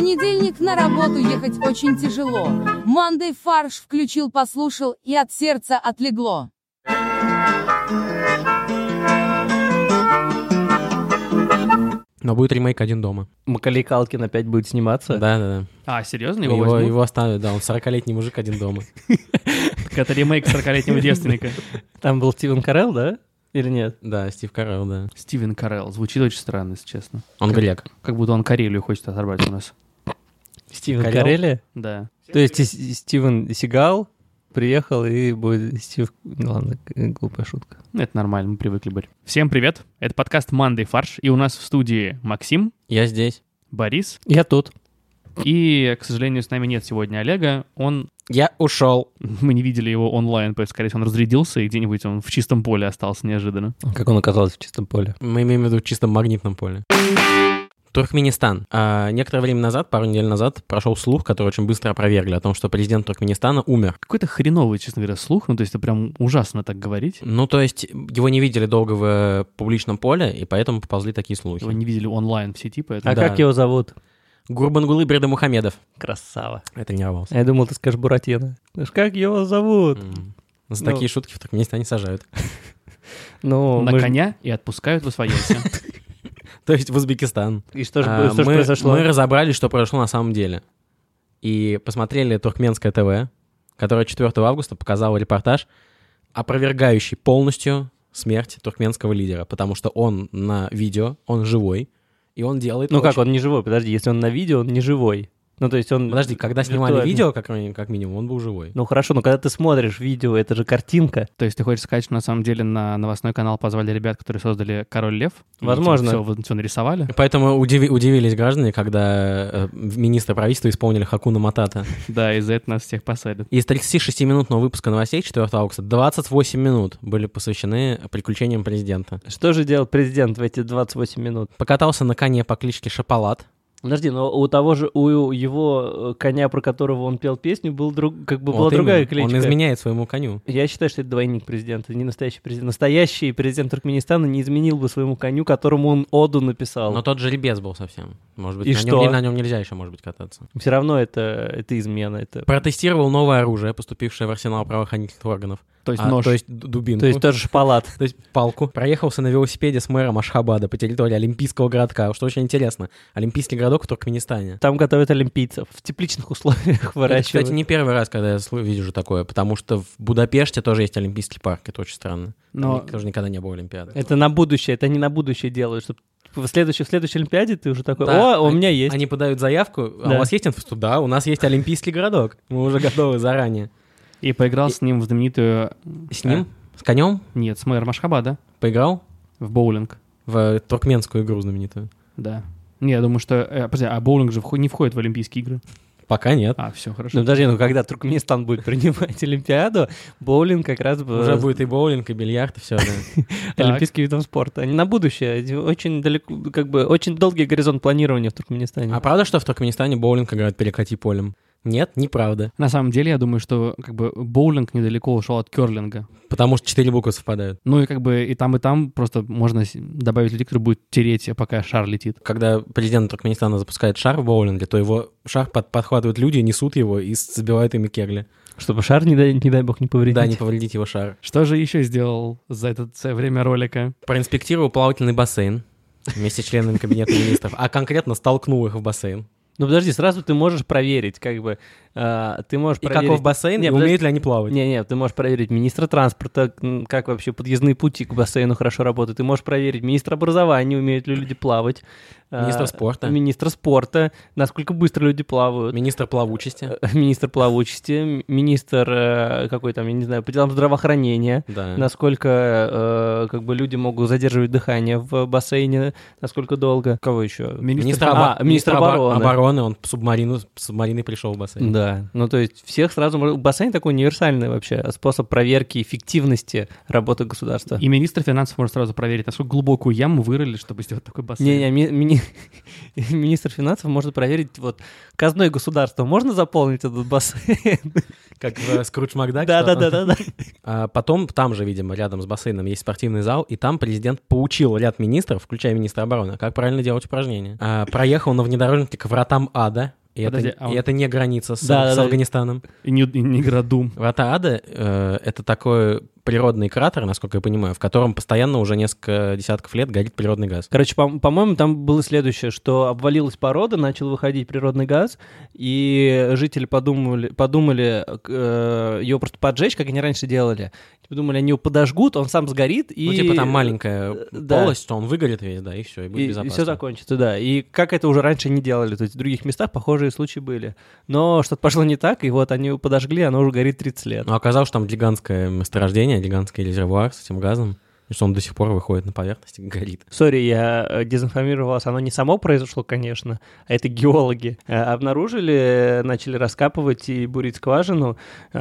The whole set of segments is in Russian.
понедельник на работу ехать очень тяжело. Monday фарш включил, послушал, и от сердца отлегло. Но будет ремейк «Один дома». Маколей Калкин опять будет сниматься. Да. А, серьезно? Его оставят, да, он 40-летний мужик «Один дома». Так это ремейк 40-летнего девственника. Там был Стивен Карелл, да? Или нет? Да, Стив Карелл, да. Стивен Карелл. Звучит очень странно, если честно. Он грек. Как будто он Карелию хочет оторвать у нас. Стивен Карелли? Да. То есть Стивен Сигал приехал и будет Стив... Ладно, глупая шутка. Это нормально, мы привыкли быть. Всем привет. Это подкаст «Monday фарш». И у нас в студии Максим. Я здесь. Борис. Я тут. И, к сожалению, с нами нет сегодня Олега. Я ушел. Мы не видели его онлайн, поэтому, скорее всего, он разрядился, и где-нибудь он в чистом поле остался неожиданно. Как он оказался в чистом поле? Мы имеем в виду в чистом магнитном поле. Туркменистан. Некоторое время назад, пару недель назад, прошел слух, который очень быстро опровергли, о том, что президент Туркменистана умер. Какой-то хреновый, честно говоря, слух. Ну, то есть это прям ужасно так говорить. Ну, то есть его не видели долго в публичном поле, и поэтому поползли такие слухи. Его не видели онлайн в сети, поэтому... А как его зовут? Гурбангулы Бердымухамедов. Красава. Я тренировался. Я думал, ты скажешь Буратино. Как его зовут? За такие шутки в Туркменистане сажают. На коня и отпускают в освояси. То есть в Узбекистан. И что же произошло? Мы разобрали, что произошло на самом деле. И посмотрели Туркменское ТВ, которое 4 августа показало репортаж, опровергающий полностью смерть туркменского лидера, потому что он на видео, он живой, и он делает... Ну как, он не живой? Подожди, если он на видео, он не живой. Ну, то есть он... Подожди, когда снимали видео, как минимум, он был живой. Ну хорошо, но когда ты смотришь видео, это же картинка. То есть ты хочешь сказать, что на самом деле на новостной канал позвали ребят, которые создали «Король Лев»? Возможно. Все нарисовали? Поэтому удивились граждане, когда министры правительства исполнили Хакуна Матата. Да, из-за этого нас всех посадят. Из 36-минутного выпуска новостей 4 августа 28 минут были посвящены приключениям президента. Что же делал президент в эти 28 минут? Покатался на коне по кличке Шапалат. Подожди, но у его коня, про которого он пел песню, была другая кличка. Он изменяет своему коню. Я считаю, что это двойник президента, не настоящий президент. Настоящий президент Туркменистана не изменил бы своему коню, которому он оду написал. Но тот жеребец был совсем. Может быть, и что? На нем нельзя еще, может быть, кататься. Все равно это измена. Протестировал новое оружие, поступившее в арсенал правоохранительных органов. То есть нож. То есть дубинку. То есть тоже шпалат. То есть палку. Проехался на велосипеде с мэром Ашхабада по территории Олимпийского городка. Что очень интересно. Олимпийский городок в Туркменистане. Там готовят олимпийцев. В тепличных условиях выращивают. Это, кстати, не первый раз, когда я вижу такое. Потому что в Будапеште тоже есть Олимпийский парк. Это очень странно. Но... Там тоже никогда не было Олимпиады. Это на будущее. Это не на будущее делают. Чтобы в следующей Олимпиаде ты уже такой, да, у меня есть. Они подают заявку. Да. А у вас есть инфраструктура? Да, у нас есть Олимпийский городок. Мы уже готовы заранее. И поиграл с ним в знаменитую... С ним? С конем? Нет, с мэром Ашхабада. Поиграл? В боулинг. В туркменскую игру знаменитую. Да. Не, я думаю, что... Подожди, а боулинг же не входит в Олимпийские игры? Пока нет. А, все, хорошо. Ну, подожди, когда Туркменистан будет принимать Олимпиаду, боулинг как раз... Уже будет и боулинг, и бильярд, и все, да. Олимпийским видом спорта. Они на будущее. Очень далеко, очень долгий горизонт планирования в Туркменистане. А правда, что в Туркменистане боулинг играют перекати полем? Нет, неправда. На самом деле, я думаю, что боулинг недалеко ушел от керлинга. Потому что 4 буквы совпадают. Ну и там просто можно добавить людей, которые будут тереть, пока шар летит. Когда президент Туркменистана запускает шар в боулинге, то его шар подхватывают люди, несут его и забивают ими кегли. Чтобы шар, не дай бог, не повредить. Да, не повредить его шар. Что же еще сделал за это время ролика? Проинспектировал плавательный бассейн вместе с членами кабинета министров, а конкретно столкнул их в бассейн. Ну подожди, сразу ты можешь проверить, ты можешь проверить... И каков бассейн, и умеют ли они плавать? Нет, ты можешь проверить министра транспорта, как вообще подъездные пути к бассейну хорошо работают. Ты можешь проверить министра образования, умеют ли люди плавать. Министра спорта. Министра спорта, насколько быстро люди плавают. Министр плавучести. Министр плавучести, министр какой там, я не знаю, по делам здравоохранения. Да. Насколько люди могут задерживать дыхание в бассейне, насколько долго. Кого еще? Министр обороны. Он субмариной пришел в бассейн. Да, ну то есть всех сразу... Бассейн такой универсальный вообще способ проверки эффективности работы государства. И министр финансов может сразу проверить, насколько глубокую яму вырыли, чтобы сделать такой бассейн. Не-не, министр финансов может проверить, вот, казной государства можно заполнить этот бассейн? Как в Скрудж Макдак. Да. Потом там же, видимо, рядом с бассейном есть спортивный зал, и там президент поучил ряд министров, включая министра обороны, как правильно делать упражнения. Проехал на внедорожнике к вратам ада. И это не граница с Афганистаном. И не Градум. Врата ада это такой природный кратер, насколько я понимаю, в котором постоянно уже несколько десятков лет горит природный газ. Короче, по-моему, там было следующее, что обвалилась порода, начал выходить природный газ, и жители подумали его просто поджечь, как они раньше делали. Подумали, они его подожгут, он сам сгорит, и... Ну, типа там маленькая полость, что он выгорит весь, да, и все, и будет безопасно. И все закончится, да. И как это уже раньше не делали, то есть в других местах похожие случаи были. Но что-то пошло не так, и вот они его подожгли, оно уже горит 30 лет. Ну, оказалось, что там гигантское месторождение, гигантский резервуар с этим газом, и что он до сих пор выходит на поверхность и горит. Сори, я дезинформировал вас. Оно не само произошло, конечно, а это геологи. Обнаружили, начали раскапывать и бурить скважину,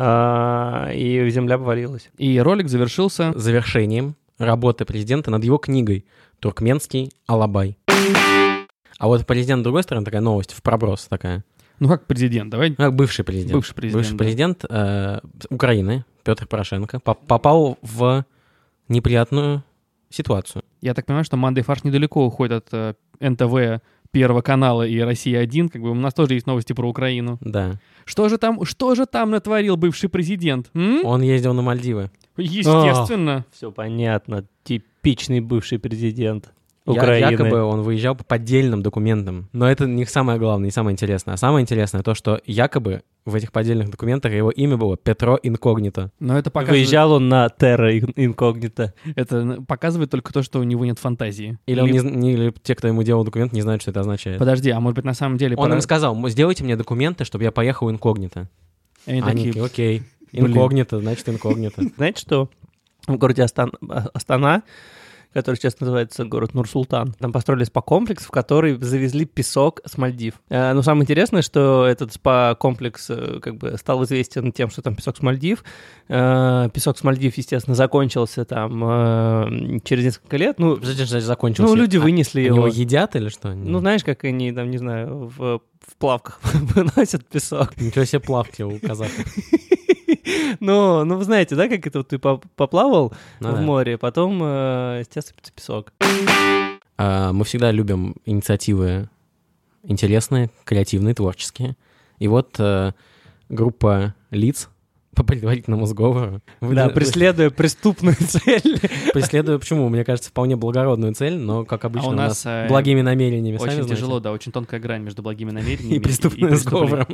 и земля обвалилась. И ролик завершился завершением работы президента над его книгой «Туркменский Алабай». А вот президент, с другой стороны, такая новость в проброс такая. Ну, как президент, давай. Как бывший президент. Бывший президент Украины Петр Порошенко попал в неприятную ситуацию. Я так понимаю, что Мандай Фарш недалеко уходит от НТВ, Первого канала и Россия-1. Как бы у нас тоже есть новости про Украину. Да. Что же там натворил бывший президент? Он ездил на Мальдивы. Естественно. Все понятно. Типичный бывший президент Украины. Якобы он выезжал по поддельным документам. Но это не самое главное, не самое интересное. А самое интересное то, что якобы в этих поддельных документах его имя было Петро Инкогнито. Но это показывает... Выезжал он на Терра Инкогнито. Это показывает только то, что у него нет фантазии. Или те, кто ему делал документ, не знают, что это означает. Подожди, а может быть на самом деле... Он им сказал, сделайте мне документы, чтобы я поехал инкогнито. Они такие, окей, инкогнито, значит инкогнито. Знаете что? В городе Астана, который сейчас называется город Нур-Султан. Там построили спа-комплекс, в который завезли песок с Мальдив. Но самое интересное, что этот спа-комплекс как бы стал известен тем, что там песок с Мальдив. Песок с Мальдив, естественно, закончился там через несколько лет. Ну, закончился. Ну, люди вынесли его. Они его едят или что? Ну, знаешь, как они там, не знаю, в плавках выносят песок. Ничего себе плавки у казахов. Ну, вы знаете, да, как это вот ты поплавал в море, потом с тебя сыпется песок. Мы всегда любим инициативы интересные, креативные, творческие. И вот группа лиц по предварительному сговору. Да, преследуя преступную цель. Преследуя, почему? Мне кажется, вполне благородную цель, но, как обычно, у нас благими намерениями. Очень тяжело, да, очень тонкая грань между благими намерениями и преступным сговором.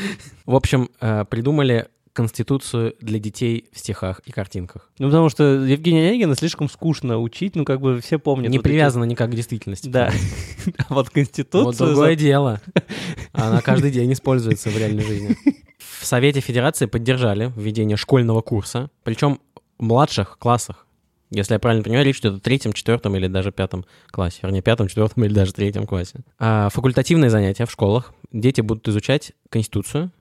В общем, придумали Конституцию для детей в стихах и картинках. Ну, потому что Евгения Онегина слишком скучно учить, ну, как бы все помнят. Не привязана никак к действительности. Да. Вот Конституцию... Вот другое дело. Она каждый день используется в реальной жизни. В Совете Федерации поддержали введение школьного курса, причем в младших классах. Если я правильно понимаю, речь идет о 3, 4 или даже 5 классе. Вернее, 5, 4 или даже 3 классе. Факультативные занятия в школах. Дети будут изучать Конституцию.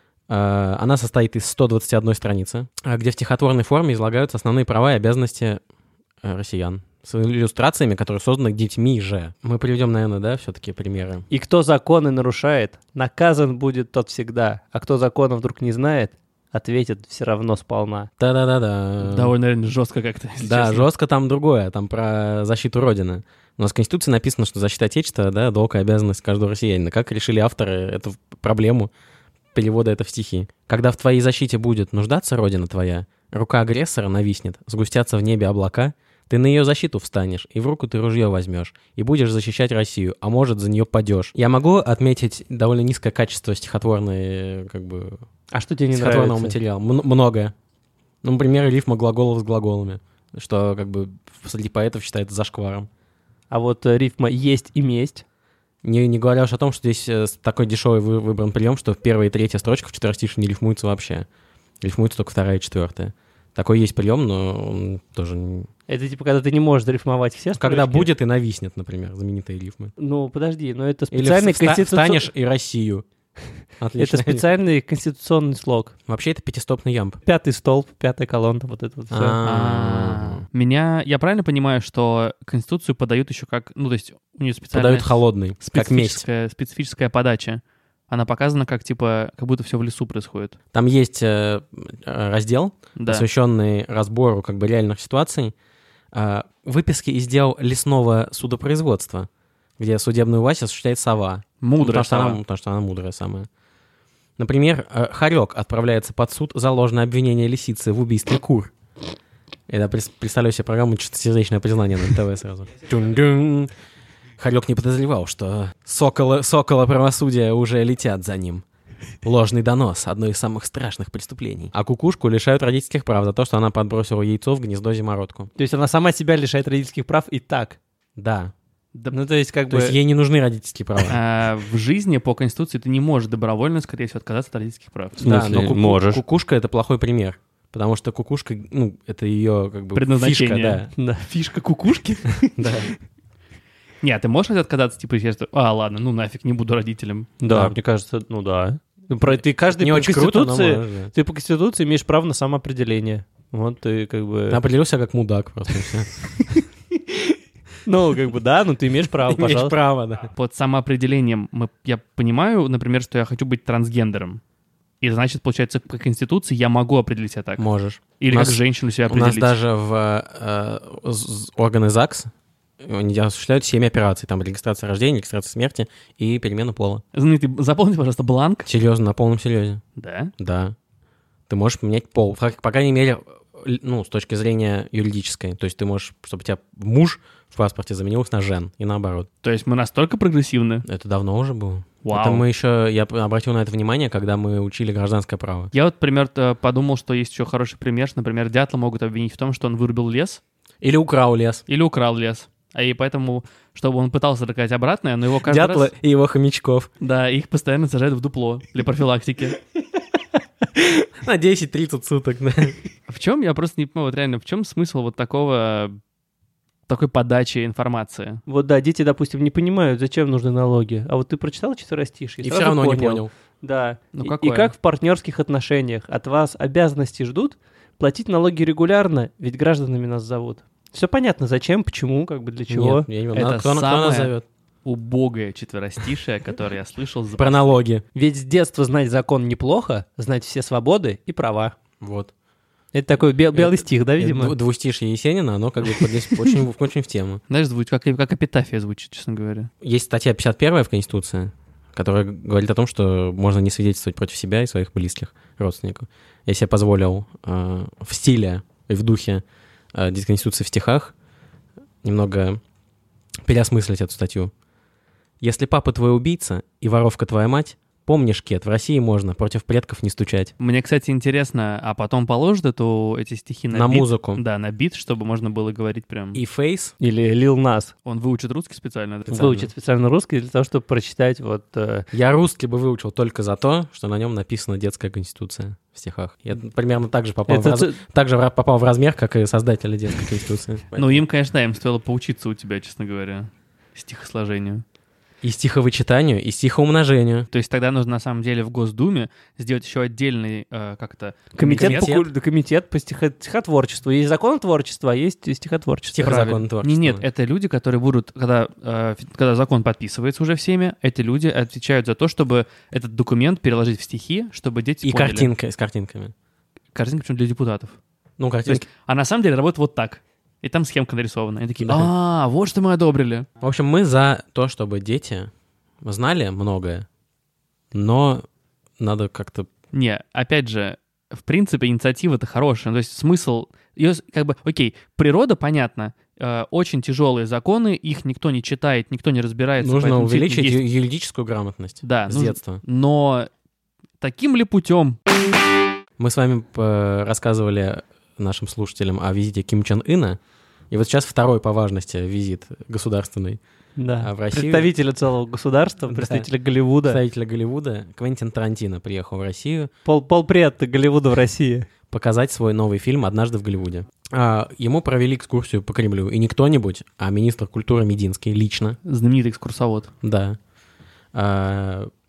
Она состоит из 121 страницы, где в стихотворной форме излагаются основные права и обязанности россиян с иллюстрациями, которые созданы детьми же. Мы приведем, наверное, да, все-таки примеры. И кто законы нарушает, наказан будет тот всегда, а кто закона вдруг не знает, ответит все равно сполна. Да-да-да-да. Довольно, наверное, жестко как-то. Да, честно. Жестко там другое, там про защиту Родины. У нас в Конституции написано, что защита Отечества, да, долг и обязанность каждого россиянина. Как решили авторы эту проблему перевода это в стихи? Когда в твоей защите будет нуждаться Родина твоя, рука агрессора нависнет, сгустятся в небе облака, ты на ее защиту встанешь, и в руку ты ружье возьмешь, и будешь защищать Россию, а может, за нее падешь. Я могу отметить довольно низкое качество стихотворной, как бы... А что тебе не стихотворного нравится? материала? Многое. Ну, например, рифма глаголов с глаголами, что, как бы, среди поэтов считается зашкваром. А вот рифма «есть» и «месть». Не говоря уж о том, что здесь такой дешевый выбран прием, что первая и третья строчка в четверостишье не рифмуются вообще. Рифмуются только вторая и четвертая. Такой есть прием, но он тоже... Это типа, когда ты не можешь рифмовать все строчки? Когда будет и нависнет, например, знаменитые рифмы. Ну, подожди, но это специальный Или встанешь и Россию. Отлично. Это специальный конституционный слог. Вообще это пятистопный ямб. 5-й столб, 5-я колонна, вот это вот все. Я правильно понимаю, что Конституцию подают еще как, ну, то есть у нее специальная Подают холодный, как месть. специфическая подача. Она показана как, типа, как будто все в лесу происходит. Там есть раздел, Да. посвященный разбору как бы реальных ситуаций, выписки из дел лесного судопроизводства, где судебную власть осуществляет сова. Мудрая Потому что она мудрая самая. Например, хорек отправляется под суд за ложное обвинение лисицы в убийстве кур. Это представляю себе программу «Чистосердечное признание» на НТВ сразу. Тун-дун. Хорек не подозревал, что соколы правосудия уже летят за ним. Ложный донос — одно из самых страшных преступлений. А кукушку лишают родительских прав за то, что она подбросила яйцо в гнездо зимородку. То есть она сама себя лишает родительских прав и так. Да. Ну, то есть как То бы... есть ей не нужны родительские права. В жизни по Конституции ты не можешь добровольно, скорее всего, отказаться от родительских прав. Да, но можешь. кукушка — это плохой пример. Потому что кукушка, ну, это ее как бы Предназначение. фишка, Да. Фишка кукушки? да. Нет, ты можешь отказаться, типа, если что, ладно, ну нафиг, не буду родителем. Да, Да. мне кажется, ну да. Ты каждый Не по очень круто, но Конституции, можешь, да. ты по Конституции имеешь право на самоопределение. Вот ты как бы... Ты определился как мудак просто. и всё. Ну, как бы да, но ты имеешь право, Ты имеешь пожалуйста. право, да. Под самоопределением я понимаю, например, что я хочу быть трансгендером. И значит, получается, по Конституции я могу определить себя так. Можешь. Или У нас- как женщину себя У нас определить. даже органы ЗАГС они осуществляют 7 операций. Там регистрация рождения, регистрация смерти и перемена пола. Знаете, запомните, пожалуйста, бланк. Серьезно, на полном серьезе. Да. Да. Ты можешь поменять пол. По крайней мере, ну, с точки зрения юридической. То есть ты можешь, чтобы у тебя муж в паспорте заменился на жен, и наоборот. То есть мы настолько прогрессивны. Это давно уже было. Вау. Это мы еще, я обратил на это внимание, когда мы учили гражданское право. Я вот, например, подумал, что есть еще хороший пример, что, например, дятла могут обвинить в том, что он вырубил лес Или украл лес. или украл лес. И поэтому, чтобы он пытался доказать обратное, но его каждый Дятла раз... и его хомячков. Да, их постоянно сажают в дупло для профилактики. На 10-30 суток, да. В чем, я просто не понимаю, вот реально, в чем смысл вот такой подачи информации? Вот да, дети, допустим, не понимают, зачем нужны налоги. А вот ты прочитал четверостишье И сразу все равно не понял. Да. Ну, И какое? как в партнерских отношениях от вас обязанности ждут платить налоги регулярно, ведь гражданами нас зовут. Все понятно, зачем, почему, как бы для чего. Нет, я не понимаю. Это Кто нас самое- зовет? Убогое четверостишее, которое я слышал за... Про налоги. Ведь с детства знать закон неплохо, знать все свободы и права. Вот. Это такой белый стих, да, видимо? Двустишье Есенина, оно как бы здесь очень в тему. Знаешь, звучит, как эпитафия звучит, честно говоря. Есть статья 51 в Конституции, которая говорит о том, что можно не свидетельствовать против себя и своих близких родственников. Я себе позволил в стиле и в духе Конституции в стихах немного переосмыслить эту статью. Если папа твой убийца и воровка твоя мать, помни, Шкет, в России можно против предков не стучать. Мне, кстати, интересно, а потом положат эти стихи на На бит? музыку. Да, на бит, чтобы можно было говорить прям... И Фейс, Или Lil Nas Он выучит русский специально? да? Специально. выучит специально русский для того, чтобы прочитать вот... я русский бы выучил только за то, что на нем написана детская конституция в стихах. Я примерно так же попал, попал в размер, как и создатели детской конституции. Ну, им, конечно, да, им стоило поучиться у тебя, честно говоря, стихосложению. И стиховычитанию, и стихоумножению. То есть тогда нужно, на самом деле, в Госдуме сделать еще отдельный, как-то... Комитет по стихотворчеству. Есть закон творчества, а есть стихотворчество. Стихозакон творчества. Нет, это люди, которые будут, когда закон подписывается уже всеми, эти люди отвечают за то, чтобы этот документ переложить в стихи, чтобы дети И поняли. с картинками. Картинка, причем для депутатов. Ну, То есть, картинки. а на самом деле работает вот так. И там схемка нарисована. И такие, Да. вот что мы одобрили. В общем, мы за то, чтобы дети знали многое, но надо как-то... Не, опять же, в принципе, инициатива-то хорошая. То есть смысл... Ее, как бы, окей, природа, понятно, очень тяжелые законы, их никто не читает, никто не разбирается. Нужно поэтому увеличить действительно есть- юридическую грамотность Да, с нужно- детства. Но таким ли путем? Мы с вами рассказывали нашим слушателям о визите Ким Чен Ына, и вот сейчас второй по важности визит государственный Да. в Россию. Представителя целого государства, Да. представителя Голливуда. Представителя Голливуда Квентин Тарантино приехал в Россию Полпред Голливуда в России. показать свой новый фильм «Однажды в Голливуде». Ему провели экскурсию по Кремлю, и не кто-нибудь, а министр культуры Мединский лично. Знаменитый экскурсовод. Да.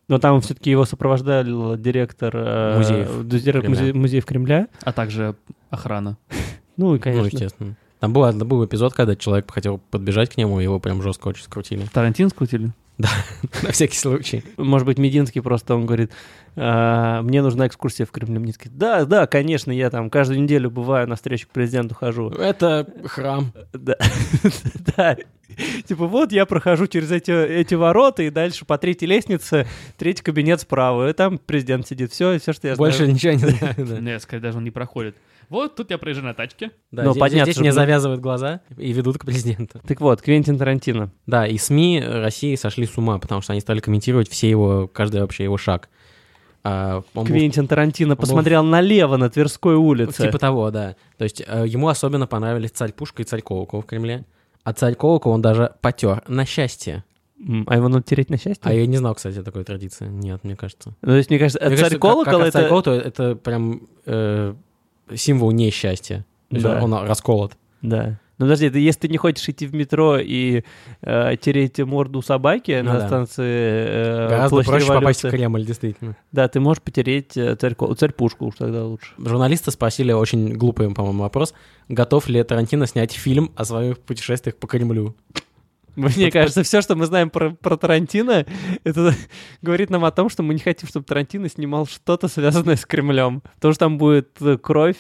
Но там все-таки его сопровождал директор музеев Кремля. А также охрана. Ну, и, Ну, конечно. естественно. Там был эпизод, когда человек хотел подбежать к нему, его прям жестко очень скрутили. Тарантино скрутили? На всякий случай. Может быть, Мединский просто, он говорит, мне нужна экскурсия в Кремле. Мединский, да, конечно, я там каждую неделю бываю, на встречу к президенту хожу. Это храм. Да. Да. Типа, вот я прохожу через эти ворота, и дальше по третьей лестнице, третий кабинет справа, и там президент сидит. Все, что я Больше знаю. ничего не знаю. да. Нет, скорее даже он не проходит. Вот тут я проезжаю на тачке. Да, Ну, здесь понятно, здесь что- мне завязывают глаза и ведут к президенту. Так вот, Квентин Тарантино. Да, и СМИ России сошли с ума, потому что они стали комментировать каждый вообще его шаг. Он был Квентин Тарантино был- посмотрел налево на Тверской улице. типа того, да. То есть ему особенно понравились «Царь Пушка» и «Царь Колокол» в Кремле. А «Царь Колокол» он даже потер на счастье. А его надо тереть на счастье? А я не знал, кстати, такой традиции. Нет, мне кажется. Ну, то есть, мне кажется, Мне кажется, царь колокол как «Царь это... Колокол» это прям символ несчастья. То есть Да. он расколот. Да. Ну, подожди, если ты не хочешь идти в метро и тереть морду собаки Ну на да. станции Гораздо Площади проще попасть в Революции, Кремль, действительно. да, ты можешь потереть царь-пушку уж тогда лучше. Журналисты спросили очень глупый, по-моему, вопрос, готов ли Тарантино снять фильм о своих путешествиях по Кремлю. Мне кажется, все, что мы знаем про Тарантино, это говорит нам о том, что мы не хотим, чтобы Тарантино снимал что-то, связанное с Кремлем. Потому что там будет кровь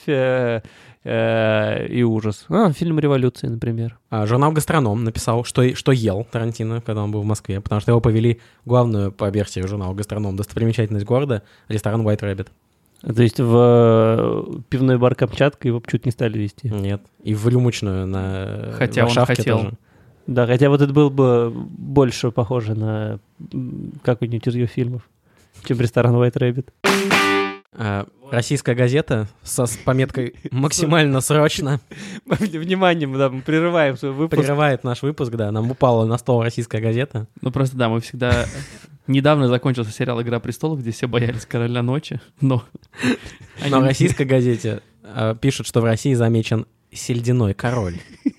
и ужас. Фильм «Революции», например. Журнал «Гастроном» написал, что ел Тарантино, когда он был в Москве, потому что его повели главную, по версии журнала «Гастроном», достопримечательность города, ресторан White Rabbit. То есть в пивной бар «Камчатка» его чуть не стали вести. Нет. И в рюмочную на Хотя он Варшавке хотел. тоже. Да, хотя вот это было бы больше похоже на какой-нибудь из ее фильмов, чем ресторан White Rabbit. Российская газета с пометкой «Максимально срочно» Внимание, мы прерываем свой выпуск. прерывает наш выпуск, да. Нам упала на стол российская газета. Ну просто да, мы всегда... Недавно закончился сериал «Игра престолов», где все боялись короля ночи, но... Но в российской газете пишут, что в России замечен сельдяной король.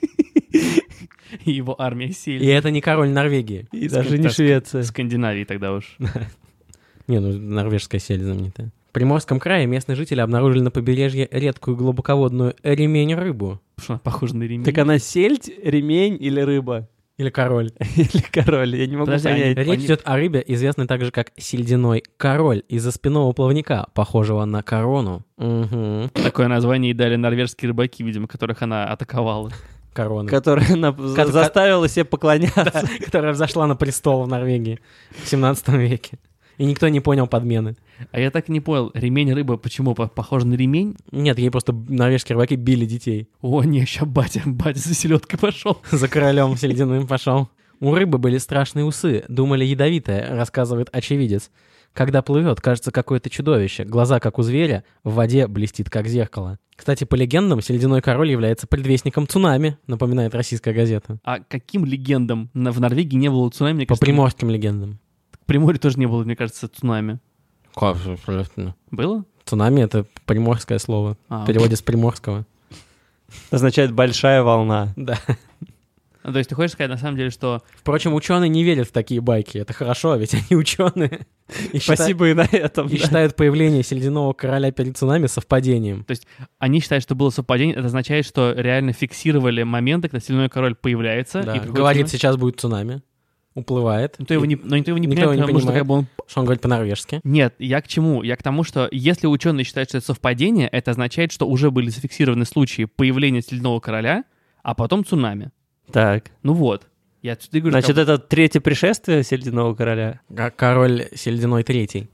И его армия И сильная. это не король Норвегии. И даже не Швеция. Скандинавии тогда уж. Не, ну норвежская сель знаменитая. В Приморском крае местные жители обнаружили на побережье редкую глубоководную ремень-рыбу. Что она похожа на ремень. Так она сельдь, ремень или рыба? Или король. Или король? Я не могу Подожди, понять. Речь идет о рыбе, известной также как сельдяной король, из-за спинного плавника, похожего на корону. Угу. Такое название и дали норвежские рыбаки, видимо, которых она атаковала. Корона. Которая она заставила себе поклоняться. Которая взошла на престол в Норвегии в 17 веке. И никто не понял подмены. А я так и не понял, ремень рыба почему похожа на ремень? Нет, ей просто норвежские рыбаки били детей. О, не, ща батя за селедкой пошел. За королем сельдяным пошел. У рыбы были страшные усы, думали ядовитые, рассказывает очевидец. Когда плывет, кажется какое-то чудовище, глаза как у зверя, в воде блестит как зеркало. Кстати, по легендам, сельдяной король является предвестником цунами, напоминает российская газета. А каким легендам в Норвегии не было цунами? Мне По кажется, приморским легендам. в Приморье тоже не было, мне кажется, цунами. Было? Цунами — это приморское слово. А, В переводе с приморского. Означает «большая волна». Да. Ну, то есть ты хочешь сказать, на самом деле, что... Впрочем, ученые не верят в такие байки. Это хорошо, ведь они ученые. И Спасибо и на этом. И да. считают появление сельдяного короля перед цунами совпадением. Они считают, что было совпадение, это означает, что реально фиксировали моменты, когда сельдяной король появляется. Да. И приходит Говорит, цунами. сейчас будет цунами. Уплывает. Никто его не, но никто его не Никто понимает, его не потому что понимает. как бы он... Что он говорит по-норвежски? Нет, я к чему? Я к тому, что если ученые считают, что это совпадение, это означает, что уже были зафиксированы случаи появления сельдяного короля, а потом цунами. Так. Ну вот. Я отсюда и говорю, Значит, это третье пришествие Сельдяного короля? Король сельдяной третий.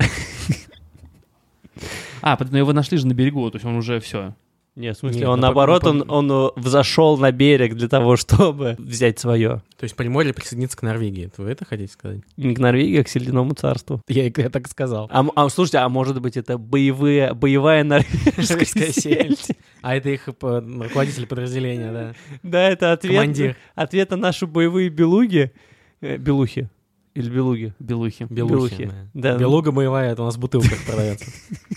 но его нашли же на берегу, то есть он уже все. Нет, в смысле, Нет, он на наоборот, пом- он взошел на берег для того, чтобы взять свое. То есть Приморье присоединится к Норвегии. Вы это хотите сказать? Не к Норвегии, а к Сельдяному царству. Я так и сказал. Слушайте, а может быть, это боевая норвежская сельдь? А это их руководитель подразделения, да. Да, это Командир. ответ на наши боевые белуги. Белухи. Или белуги? Белухи. Белухи. Да. Белуга боевая, это у нас в бутылках продается.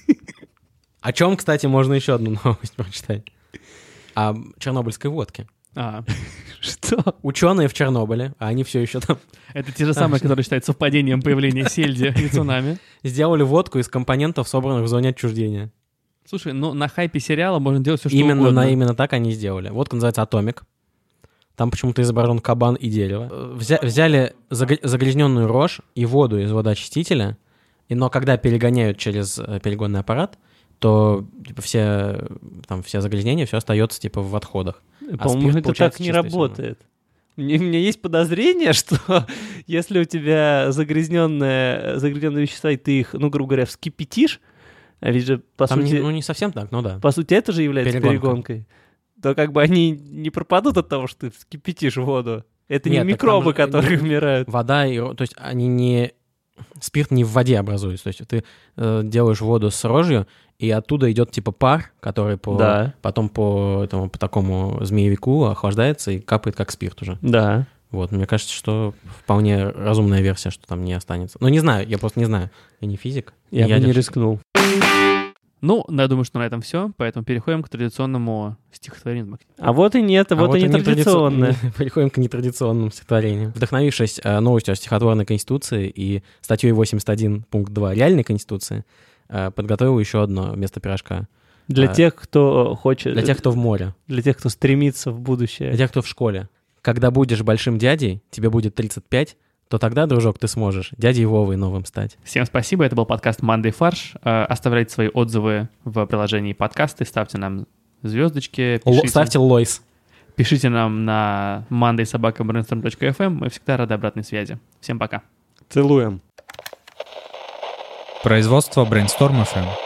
О чем, кстати, можно еще одну новость прочитать. О чернобыльской водке. Что? Ученые в Чернобыле, а они все еще там Это те же самые, которые считают совпадением появления сельди и цунами. сделали водку из компонентов, собранных в зоне отчуждения. Слушай, ну на хайпе сериала можно делать все, что угодно. Именно так они сделали. Водка называется «Атомик». Там почему-то изображен кабан и дерево. Взяли загрязненную рожь и воду из водоочистителя, но когда перегоняют через перегонный аппарат, то типа, все загрязнения, все остается типа в отходах. По-моему, это так не работает. У меня есть подозрение, что если у тебя загрязненные вещества, и ты их, ну, грубо говоря, вскипятишь, а ведь же, по Там сути... не совсем так, но да. По сути, это же является перегонкой. То как бы они не пропадут от того, что ты вскипятишь воду. Это Нет, не микробы, так там которые умирают. Вода, то есть они не... Спирт не в воде образуется. То есть ты делаешь воду с рожью, и оттуда идет типа пар, который потом по такому змеевику охлаждается и капает как спирт уже. Да. Вот, мне кажется, что вполне разумная версия, что там не останется. Но не знаю, я просто не знаю. Я не физик. Я бы не рискнул. Ну, я думаю, что на этом все, поэтому переходим к традиционному стихотворению. А вот и нет, вот и нетрадиционное. Переходим к нетрадиционным стихотворениям. Вдохновившись новостью о стихотворной конституции и статьей 81 пункт 2 реальной конституции, подготовил еще одно вместо пирожка. Для тех, кто хочет... Для тех, кто в море. Для тех, кто стремится в будущее. Для тех, кто в школе. Когда будешь большим дядей, тебе будет 35, то тогда, дружок, ты сможешь дядей Вовой новым стать. Всем спасибо, это был подкаст «Мандай фарш». Оставляйте свои отзывы в приложении подкасты, ставьте нам звездочки. Ставьте лойс. Пишите нам на mandaysobaka.brainstorm.fm, мы всегда рады обратной связи. Всем пока. Целуем. Производство Brainstorm FM.